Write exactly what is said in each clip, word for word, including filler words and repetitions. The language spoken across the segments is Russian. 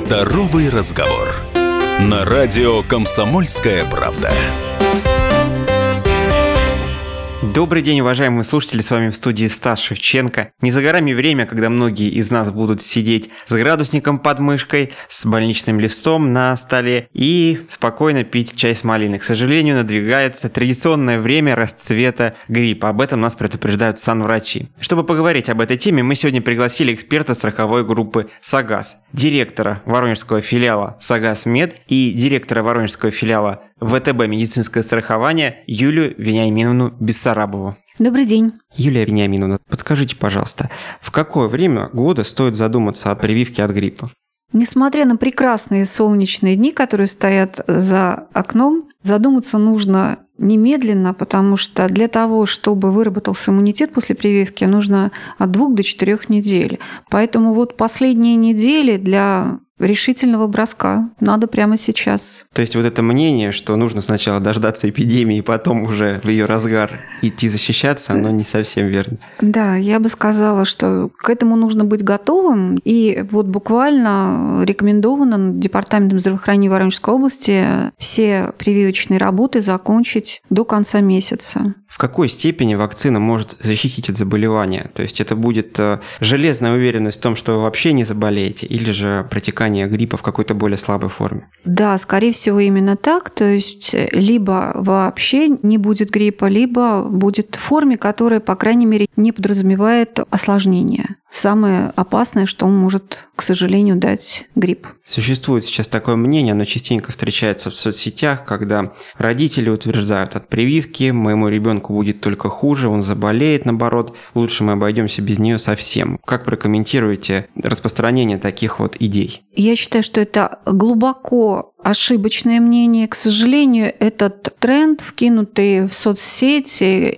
Здоровый разговор. На радио «Комсомольская правда». Добрый день, уважаемые слушатели, с вами в студии Стас Шевченко. Не за горами время, когда многие из нас будут сидеть с градусником под мышкой, с больничным листом на столе и спокойно пить чай с малиной. К сожалению, надвигается традиционное время расцвета гриппа. Об этом нас предупреждают санврачи. Чтобы поговорить об этой теме, мы сегодня пригласили эксперта страховой группы «Сагаз», директора воронежского филиала «Сагаз Мед» и директора воронежского филиала ВТБ «Медицинское страхование» Юлию Вениаминовну Бессарабову. Добрый день. Юлия Вениаминовна, подскажите, пожалуйста, в какое время года стоит задуматься о прививке от гриппа? Несмотря на прекрасные солнечные дни, которые стоят за окном, задуматься нужно немедленно, потому что для того, чтобы выработался иммунитет после прививки, нужно от двух до четырех недель. Поэтому вот последние недели для решительного броска надо прямо сейчас. То есть вот это мнение, что нужно сначала дождаться эпидемии и потом уже в ее разгар идти защищаться, оно не совсем верно. Да, я бы сказала, что к этому нужно быть готовым. И вот буквально рекомендовано Департаментом здравоохранения Воронежской области все прививочные работы закончить до конца месяца. В какой степени вакцина может защитить от заболевания? То есть это будет железная уверенность в том, что вы вообще не заболеете, или же протекание гриппа в какой-то более слабой форме? Да, скорее всего, именно так. То есть либо вообще не будет гриппа, либо будет в форме, которая, по крайней мере, не подразумевает осложнения. Самое опасное, что он может, к сожалению, дать грипп. Существует сейчас такое мнение, оно частенько встречается в соцсетях, когда родители утверждают: от прививки моему ребенку будет только хуже, он заболеет, наоборот, лучше мы обойдемся без нее совсем. Как прокомментируете распространение таких вот идей? Я считаю, что это глубоко ошибочное мнение. К сожалению, этот тренд, вкинутый в соцсети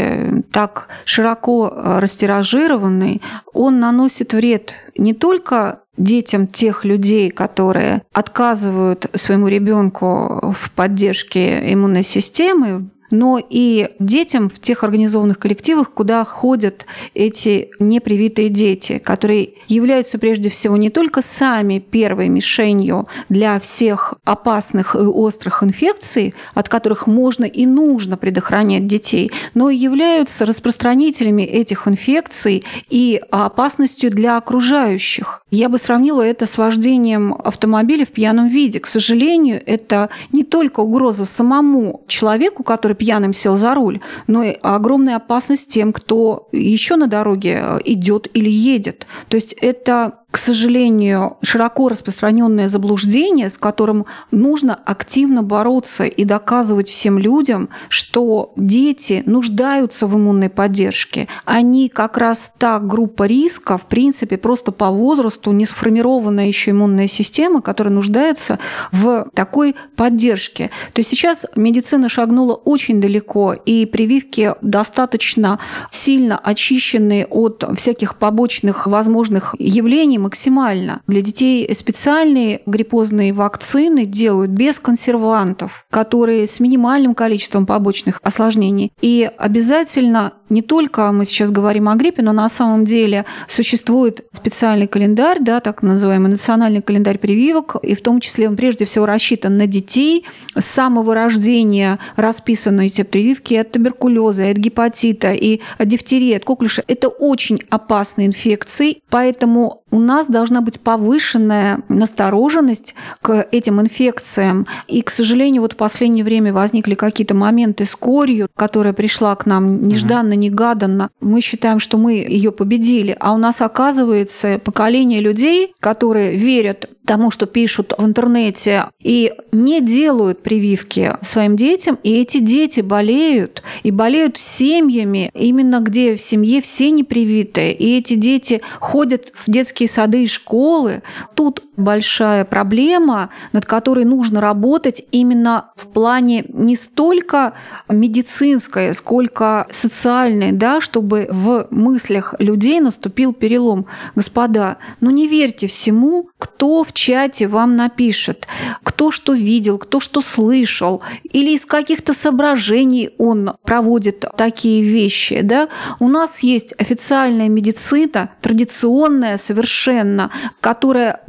и так широко растиражированный, он наносит вред не только детям тех людей, которые отказывают своему ребенку в поддержке иммунной системы, но и детям в тех организованных коллективах, куда ходят эти непривитые дети, которые являются прежде всего не только сами первой мишенью для всех опасных и острых инфекций, от которых можно и нужно предохранять детей, но и являются распространителями этих инфекций и опасностью для окружающих. Я бы сравнила это с вождением автомобиля в пьяном виде. К сожалению, это не только угроза самому человеку, который пьяным сел за руль, но и огромная опасность тем, кто еще на дороге идет или едет. То есть это, к сожалению, широко распространенное заблуждение, с которым нужно активно бороться и доказывать всем людям, что дети нуждаются в иммунной поддержке. Они как раз та группа риска, в принципе, просто по возрасту не сформированная еще иммунная система, которая нуждается в такой поддержке. То есть сейчас медицина шагнула очень далеко, и прививки достаточно сильно очищены от всяких побочных возможных явлений максимально. Для детей специальные гриппозные вакцины делают без консервантов, которые с минимальным количеством побочных осложнений. И обязательно не только мы сейчас говорим о гриппе, но на самом деле существует специальный календарь, да, так называемый национальный календарь прививок, и в том числе он прежде всего рассчитан на детей. С самого рождения расписаны эти прививки от туберкулеза, от гепатита, и от дифтерии, от коклюша. Это очень опасные инфекции, поэтому у нас должна быть повышенная настороженность к этим инфекциям. И, к сожалению, вот в последнее время возникли какие-то моменты с корью, которая пришла к нам нежданно-негаданно. Мы считаем, что мы ее победили, а у нас оказывается поколение людей, которые верят тому, что пишут в интернете, и не делают прививки своим детям, и эти дети болеют, и болеют семьями, именно где в семье все непривитые, и эти дети ходят в детские сады и школы. Тут большая проблема, над которой нужно работать именно в плане не столько медицинской, сколько социальной, да, чтобы в мыслях людей наступил перелом. Господа, ну не верьте всему, кто в чате вам напишет, кто что видел, кто что слышал, или из каких-то соображений он проводит такие вещи. Да? У нас есть официальная медицина, традиционная совершенно, которая доказательно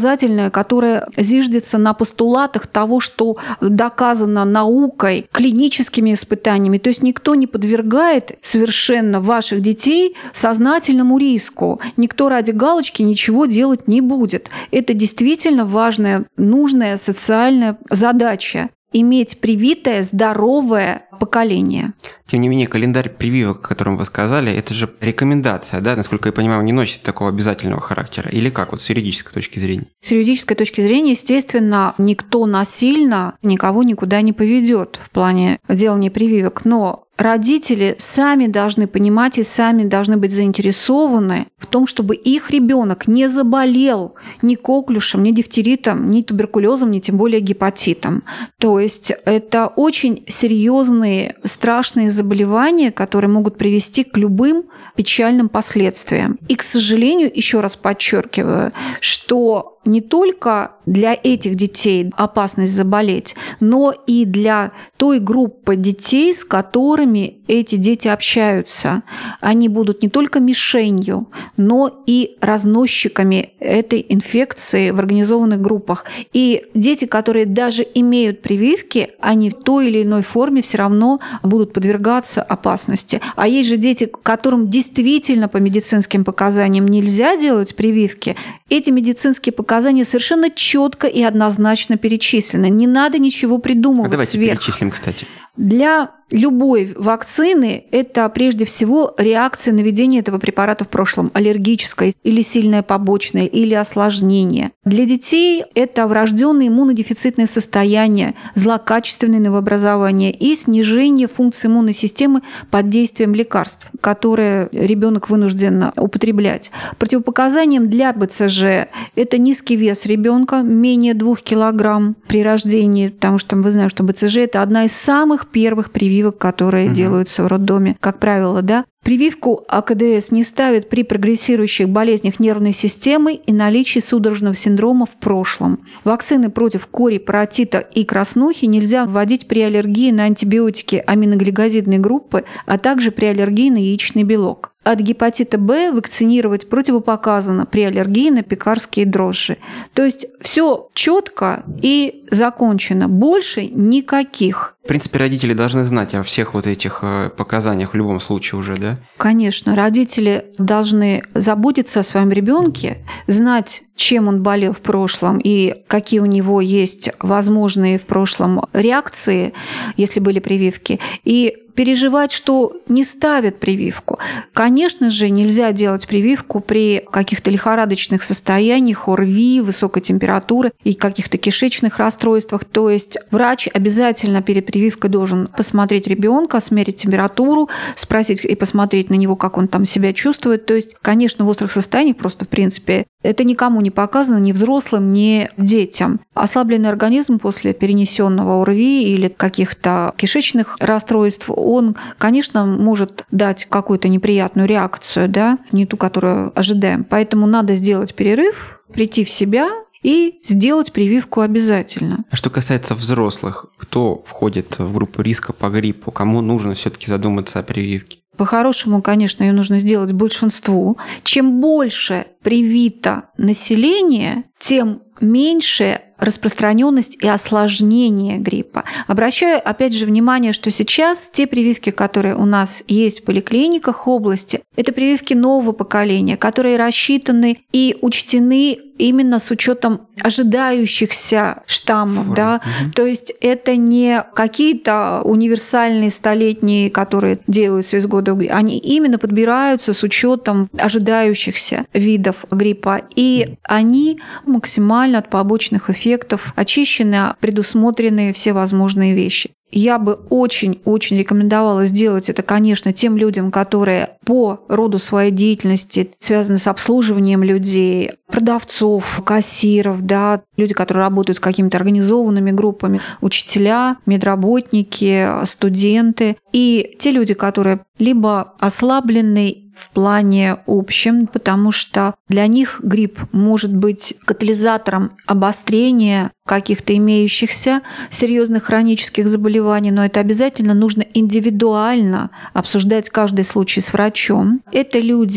иносказательное, которое зиждется на постулатах того, что доказано наукой, клиническими испытаниями. То есть никто не подвергает совершенно ваших детей сознательному риску. Никто ради галочки ничего делать не будет. Это действительно важная, нужная социальная задача. Иметь привитое, здоровое поколение. Тем не менее, календарь прививок, о котором вы сказали, это же рекомендация, да, насколько я понимаю, не носит такого обязательного характера. Или как, вот с юридической точки зрения? С юридической точки зрения, естественно, никто насильно никого никуда не поведет в плане делания прививок. Но родители сами должны понимать и сами должны быть заинтересованы в том, чтобы их ребенок не заболел ни коклюшем, ни дифтеритом, ни туберкулезом, ни тем более гепатитом. То есть это очень серьезные, страшные заболевания, которые могут привести к любым печальным последствиям. И, к сожалению, еще раз подчеркиваю, что не только для этих детей опасность заболеть, но и для той группы детей, с которыми эти дети общаются. Они будут не только мишенью, но и разносчиками этой инфекции в организованных группах. И дети, которые даже имеют прививки, они в той или иной форме все равно будут подвергаться опасности. А есть же дети, которым действительно по медицинским показаниям нельзя делать прививки. Эти медицинские показания совершенно четко и однозначно перечислены. Не надо ничего придумывать а давайте сверху. перечислим, кстати. Для любой вакцины это прежде всего реакция на введение этого препарата в прошлом, аллергическое или сильное побочное, или осложнение. Для детей это врожденное иммунодефицитное состояние, злокачественное новообразование и снижение функции иммунной системы под действием лекарств, которые ребенок вынужден употреблять. Противопоказанием для БЦЖ это низкий вес ребенка, менее двух килограмм при рождении, потому что мы знаем, что БЦЖ это одна из самых первых прививок, которые угу. делаются в роддоме, как правило, да. Прививку АКДС не ставят при прогрессирующих болезнях нервной системы и наличии судорожного синдрома в прошлом. Вакцины против кори, паротита и краснухи нельзя вводить при аллергии на антибиотики аминогликозидной группы, а также при аллергии на яичный белок. От гепатита Б вакцинировать противопоказано при аллергии на пекарские дрожжи. То есть все четко и закончено. Больше никаких. В принципе, родители должны знать о всех вот этих показаниях в любом случае уже, да? Конечно, родители должны заботиться о своем ребенке, знать, чем он болел в прошлом и какие у него есть возможные в прошлом реакции, если были прививки, и переживать, что не ставят прививку. Конечно же, нельзя делать прививку при каких-то лихорадочных состояниях, ОРВИ, высокой температуры и каких-то кишечных расстройствах. То есть врач обязательно перед прививкой должен посмотреть ребенка, смерить температуру, спросить и посмотреть на него, как он там себя чувствует. То есть, конечно, в острых состояниях просто, в принципе, это никому не показано, ни взрослым, ни детям. Ослабленный организм после перенесенного ОРВИ или каких-то кишечных расстройств, он, конечно, может дать какую-то неприятную реакцию, да, не ту, которую ожидаем. Поэтому надо сделать перерыв, прийти в себя и сделать прививку обязательно. А что касается взрослых, кто входит в группу риска по гриппу, кому нужно все-таки задуматься о прививке? По-хорошему, конечно, ее нужно сделать большинству. Чем больше привито население, тем меньше распространенность и осложнение гриппа. Обращаю, опять же, внимание, что сейчас те прививки, которые у нас есть в поликлиниках области, это прививки нового поколения, которые рассчитаны и учтены именно с учетом ожидающихся штаммов. Да? Угу. То есть это не какие-то универсальные столетние, которые делаются из года в год. Они именно подбираются с учетом ожидающихся видов гриппа. И они максимально от побочных эффектов очищены, предусмотрены все возможные вещи. Я бы очень-очень рекомендовала сделать это, конечно, тем людям, которые по роду своей деятельности связаны с обслуживанием людей, продавцов, кассиров, да, люди, которые работают с какими-то организованными группами, учителя, медработники, студенты и те люди, которые либо ослаблены в плане общем, потому что для них грипп может быть катализатором обострения каких-то имеющихся серьезных хронических заболеваний, но это обязательно нужно индивидуально обсуждать каждый случай с врачом. Это люди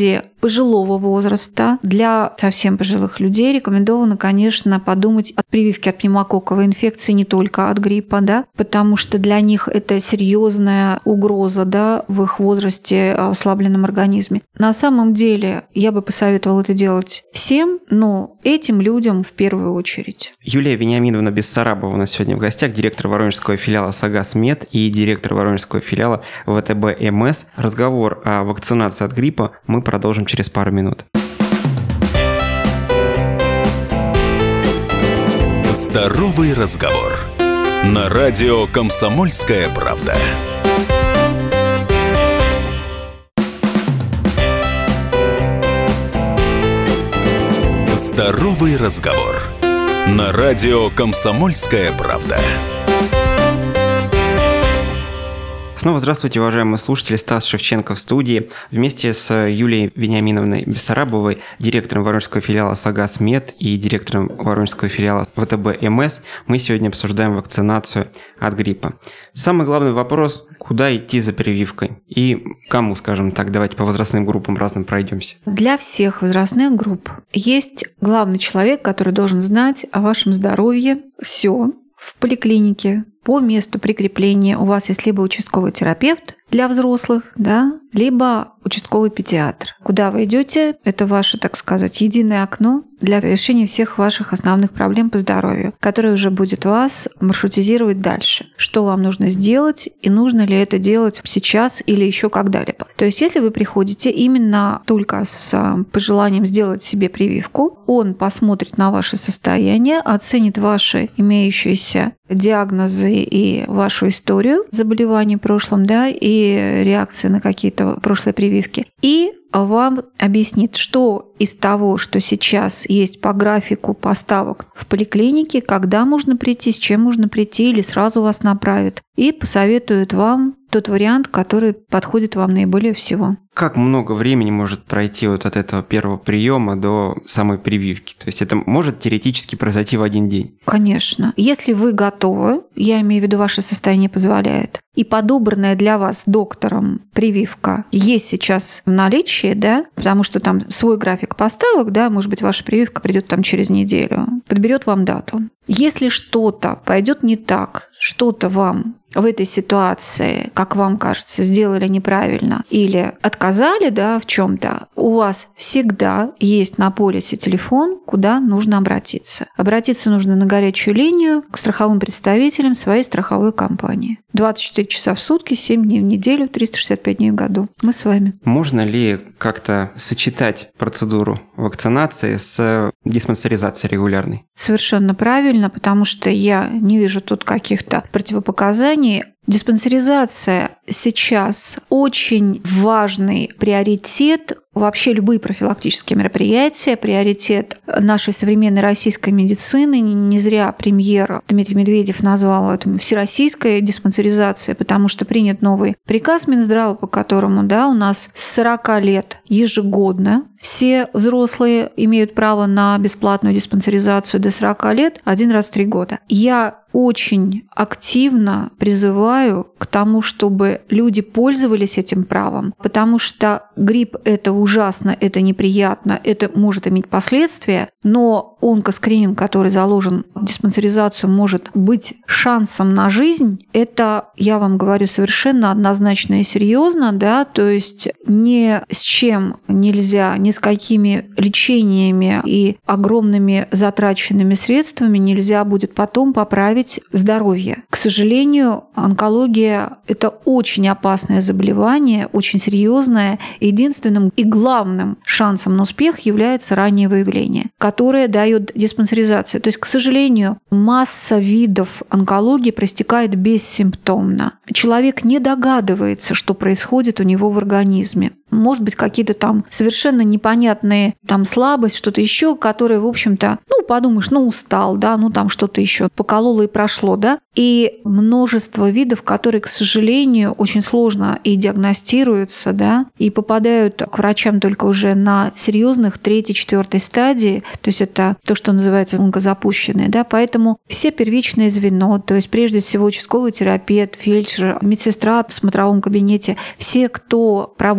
пожилого возраста, для совсем пожилых людей рекомендовано, конечно, подумать о прививке от пневмококковой инфекции, не только от гриппа, да, потому что для них это серьезная угроза, да, в их возрасте, ослабленном организме. На самом деле, я бы посоветовала это делать всем, но этим людям в первую очередь. Юлия Вениаминовна Бессарабова у нас сегодня в гостях, директор воронежского филиала «Сагаз-Мед» и директор воронежского филиала вэ тэ бэ эм эс. Разговор о вакцинации от гриппа мы продолжим через пару минут. Здоровый разговор. На радио «Комсомольская правда». Здоровый разговор. На радио «Комсомольская правда». Снова здравствуйте, уважаемые слушатели. Стас Шевченко в студии. Вместе с Юлией Вениаминовной Бессарабовой, директором воронежского филиала «Сагаз-Мед» и директором воронежского филиала вэ тэ бэ эм эс, мы сегодня обсуждаем вакцинацию от гриппа. Самый главный вопрос – куда идти за прививкой? И кому, скажем так, давайте по возрастным группам разным пройдемся. Для всех возрастных групп есть главный человек, который должен знать о вашем здоровье все в поликлинике. По месту прикрепления у вас есть либо участковый терапевт для взрослых, да, либо участковый педиатр. Куда вы идете, это ваше, так сказать, единое окно для решения всех ваших основных проблем по здоровью, которое уже будет вас маршрутизировать дальше. Что вам нужно сделать и нужно ли это делать сейчас или еще когда-либо. То есть, если вы приходите именно только с пожеланием сделать себе прививку, он посмотрит на ваше состояние, оценит ваши имеющиеся диагнозы и вашу историю заболеваний в прошлом, да, и реакции на какие-то прошлые прививки. И вам объяснит, что из того, что сейчас есть по графику поставок в поликлинике, когда можно прийти, с чем можно прийти, или сразу вас направит, и посоветует вам тот вариант, который подходит вам наиболее всего. Как много времени может пройти вот от этого первого приема до самой прививки? То есть это может теоретически произойти в один день? Конечно. Если вы готовы, я имею в виду, ваше состояние позволяет, и подобранная для вас доктором прививка есть сейчас в наличии, да, потому что там свой график поставок, да, может быть, ваша прививка придет там через неделю, подберет вам дату. Если что-то пойдет не так, что-то вам в этой ситуации, как вам кажется, сделали неправильно или отказали, да, в чем-то, у вас всегда есть на полисе телефон, куда нужно обратиться. Обратиться нужно на горячую линию к страховым представителям своей страховой компании. двадцать четыре часа в сутки, семь дней в неделю, триста шестьдесят пять дней в году. Мы с вами. Можно ли как-то сочетать процедуру вакцинации с диспансеризацией регулярной? Совершенно правильно, потому что я не вижу тут каких-то противопоказаний. Диспансеризация сейчас очень важный приоритет. Вообще любые профилактические мероприятия, приоритет нашей современной российской медицины. Не зря премьер Дмитрий Медведев назвал это всероссийской диспансеризацией, потому что принят новый приказ Минздрава, по которому, да, у нас с сорока лет ежегодно все взрослые имеют право на бесплатную диспансеризацию до сорока лет один раз в три года. Я очень активно призываю к тому, чтобы люди пользовались этим правом, потому что грипп – это ужасно, это неприятно, это может иметь последствия, но онкоскрининг, который заложен в диспансеризацию, может быть шансом на жизнь. Это, я вам говорю, совершенно однозначно и серьезно, да, то есть ни с чем нельзя, ни с какими лечениями и огромными затраченными средствами нельзя будет потом поправить здоровье. К сожалению, онкология – это очень опасное заболевание, очень серьезное. Единственным и главным шансом на успех является раннее выявление, которое дает диспансеризация. То есть, к сожалению, масса видов онкологии проистекает бессимптомно. Человек не догадывается, что происходит у него в организме. Может быть, какие-то там совершенно непонятные там слабость, что-то еще, которое, в общем-то, ну, подумаешь, ну, устал, да, ну, там что-то еще покололо и прошло, да. И множество видов, которые, к сожалению, очень сложно и диагностируются, да, и попадают к врачам только уже на серьезных третьей, четвертой стадии, то есть это то, что называется онкозапущенные, да, поэтому все первичное звено, то есть прежде всего участковый терапевт, фельдшер, медсестра в смотровом кабинете, все, кто проводит диспансеризацию,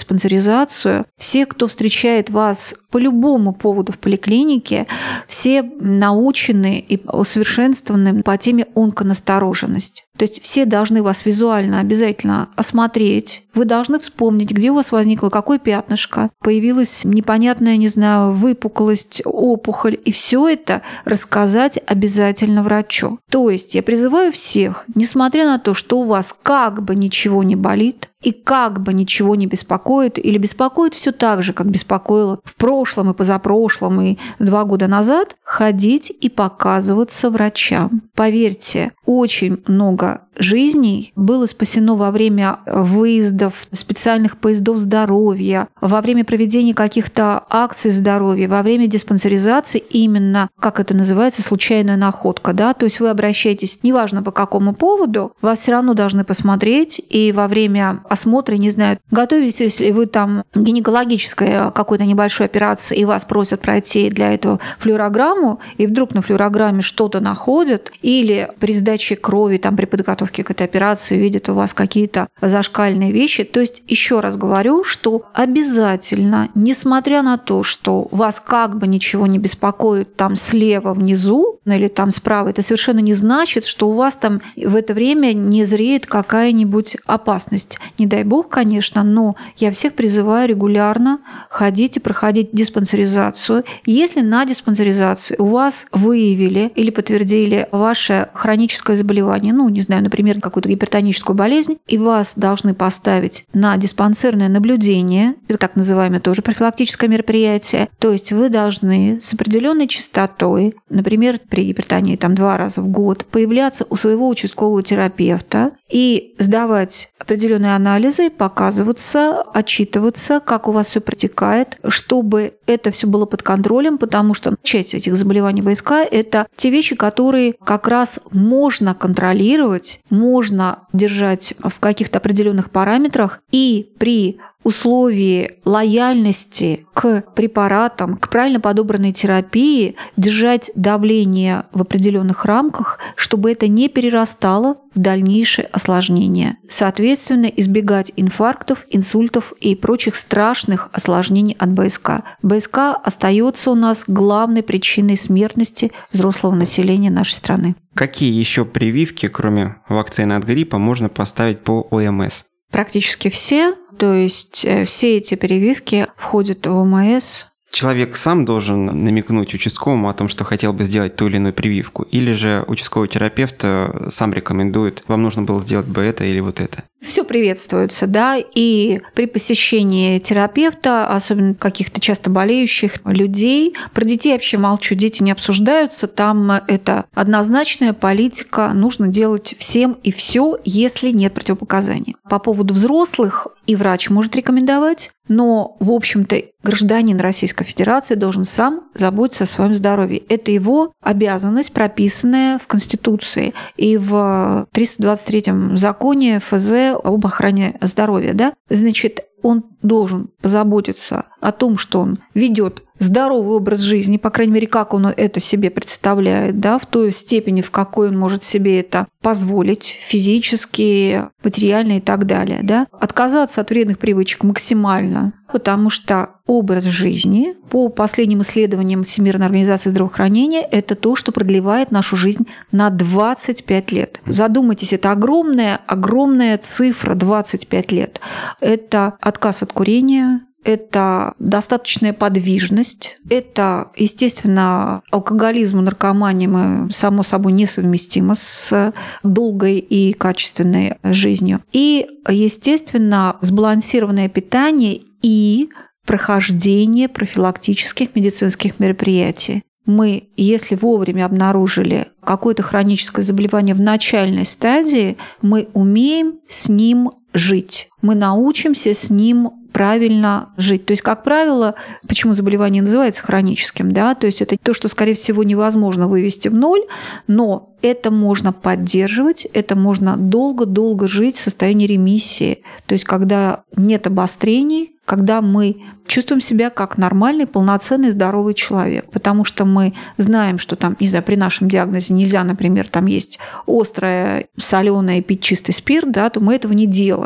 диспансеризацию. Все, кто встречает вас по любому поводу в поликлинике, все научены и усовершенствованы по теме онконастороженность. То есть все должны вас визуально обязательно осмотреть. Вы должны вспомнить, где у вас возникло какое пятнышко, появилась непонятная, не знаю, выпуклость, опухоль. И все это рассказать обязательно врачу. То есть я призываю всех, несмотря на то, что у вас как бы ничего не болит, и как бы ничего не беспокоит, или беспокоит все так же, как беспокоило в прошлом и позапрошлом, и два года назад, ходить и показываться врачам. Поверьте, очень много жизней было спасено во время выездов, специальных поездов здоровья, во время проведения каких-то акций здоровья, во время диспансеризации именно, как это называется, случайная находка. Да? То есть вы обращаетесь, неважно по какому поводу, вас все равно должны посмотреть, и во время осмотра, не знаю, готовитесь, если вы там гинекологической какой-то небольшой операции, и вас просят пройти для этого флюорограмму, и вдруг на флюорограмме что-то находят, или при сдаче крови, там, при подготовке к этой операции видят у вас какие-то зашкальные вещи. То есть, еще раз говорю, что обязательно, несмотря на то, что вас как бы ничего не беспокоит там слева внизу или там справа, это совершенно не значит, что у вас там в это время не зреет какая-нибудь опасность. Не дай бог, конечно, но я всех призываю регулярно ходить и проходить диспансеризацию. Если на диспансеризации у вас выявили или подтвердили ваше хроническое заболевание, ну, не знаю, например, какую-то гипертоническую болезнь, и вас должны поставить на диспансерное наблюдение, это так называемое тоже профилактическое мероприятие, то есть вы должны с определенной частотой, например, при гипертонии там два раза в год, появляться у своего участкового терапевта и сдавать определенные анализы, показываться, отчитываться, как у вас все протекает, чтобы это все было под контролем, потому что часть этих заболеваний БСК – это те вещи, которые как раз можно контролировать, можно держать в каких-то определенных параметрах, и при условии лояльности к препаратам, к правильно подобранной терапии держать давление в определенных рамках, чтобы это не перерастало в дальнейшее осложнение. Соответственно, избегать инфарктов, инсультов и прочих страшных осложнений от БСК. БСК остается у нас главной причиной смертности взрослого населения нашей страны. Какие еще прививки, кроме вакцины от гриппа, можно поставить по ОМС? Практически все. То есть все эти прививки входят в ОМС. Человек сам должен намекнуть участковому о том, что хотел бы сделать ту или иную прививку, или же участковый терапевт сам рекомендует, вам нужно было сделать бы это или вот это? Все приветствуется, да, и при посещении терапевта, особенно каких-то часто болеющих людей, про детей вообще молчу, дети не обсуждаются, там это однозначная политика, нужно делать всем и все, если нет противопоказаний. По поводу взрослых и врач может рекомендовать, но, в общем-то, гражданин Российской Федерации должен сам заботиться о своем здоровье. Это его обязанность, прописанная в Конституции и в триста двадцать третьем законе эф зэ об охране здоровья. Да? Значит, он должен позаботиться о том, что он ведет здоровый образ жизни, по крайней мере, как он это себе представляет, да, в той степени, в какой он может себе это позволить физически, материально и так далее. Да. Отказаться от вредных привычек максимально, потому что образ жизни, по последним исследованиям Всемирной организации здравоохранения, это то, что продлевает нашу жизнь на двадцать пять лет. Задумайтесь, это огромная, огромная цифра, двадцать пять лет. Это отказ от курения, это достаточная подвижность, это, естественно, алкоголизм и наркомания, мы, само собой, несовместимо с долгой и качественной жизнью. И, естественно, сбалансированное питание и прохождение профилактических медицинских мероприятий. Мы, если вовремя обнаружили какое-то хроническое заболевание в начальной стадии, мы умеем с ним жить. Мы научимся с ним правильно жить. То есть, как правило, почему заболевание называется хроническим, да, то есть это то, что, скорее всего, невозможно вывести в ноль, но это можно поддерживать, это можно долго-долго жить в состоянии ремиссии, то есть когда нет обострений, когда мы чувствуем себя как нормальный, полноценный, здоровый человек, потому что мы знаем, что там, не знаю, при нашем диагнозе нельзя, например, там есть острое, соленое, пить чистый спирт, да, то мы этого не делаем.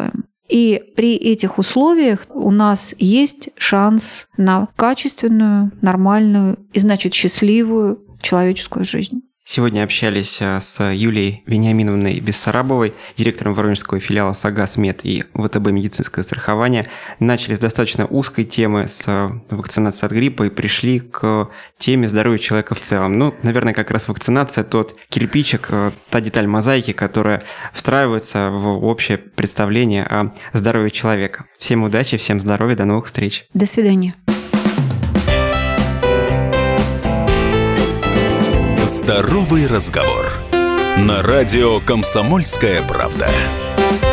И при этих условиях у нас есть шанс на качественную, нормальную и, значит, счастливую человеческую жизнь. Сегодня общались с Юлией Вениаминовной Бессарабовой, директором воронежского филиала «Сагаз Мед» и ВТБ «Медицинское страхование». Начали с достаточно узкой темы, с вакцинации от гриппа, и пришли к теме здоровья человека в целом. Ну, наверное, как раз вакцинация – тот кирпичик, та деталь мозаики, которая встраивается в общее представление о здоровье человека. Всем удачи, всем здоровья, до новых встреч. До свидания. Здоровый разговор. На радио «Комсомольская правда».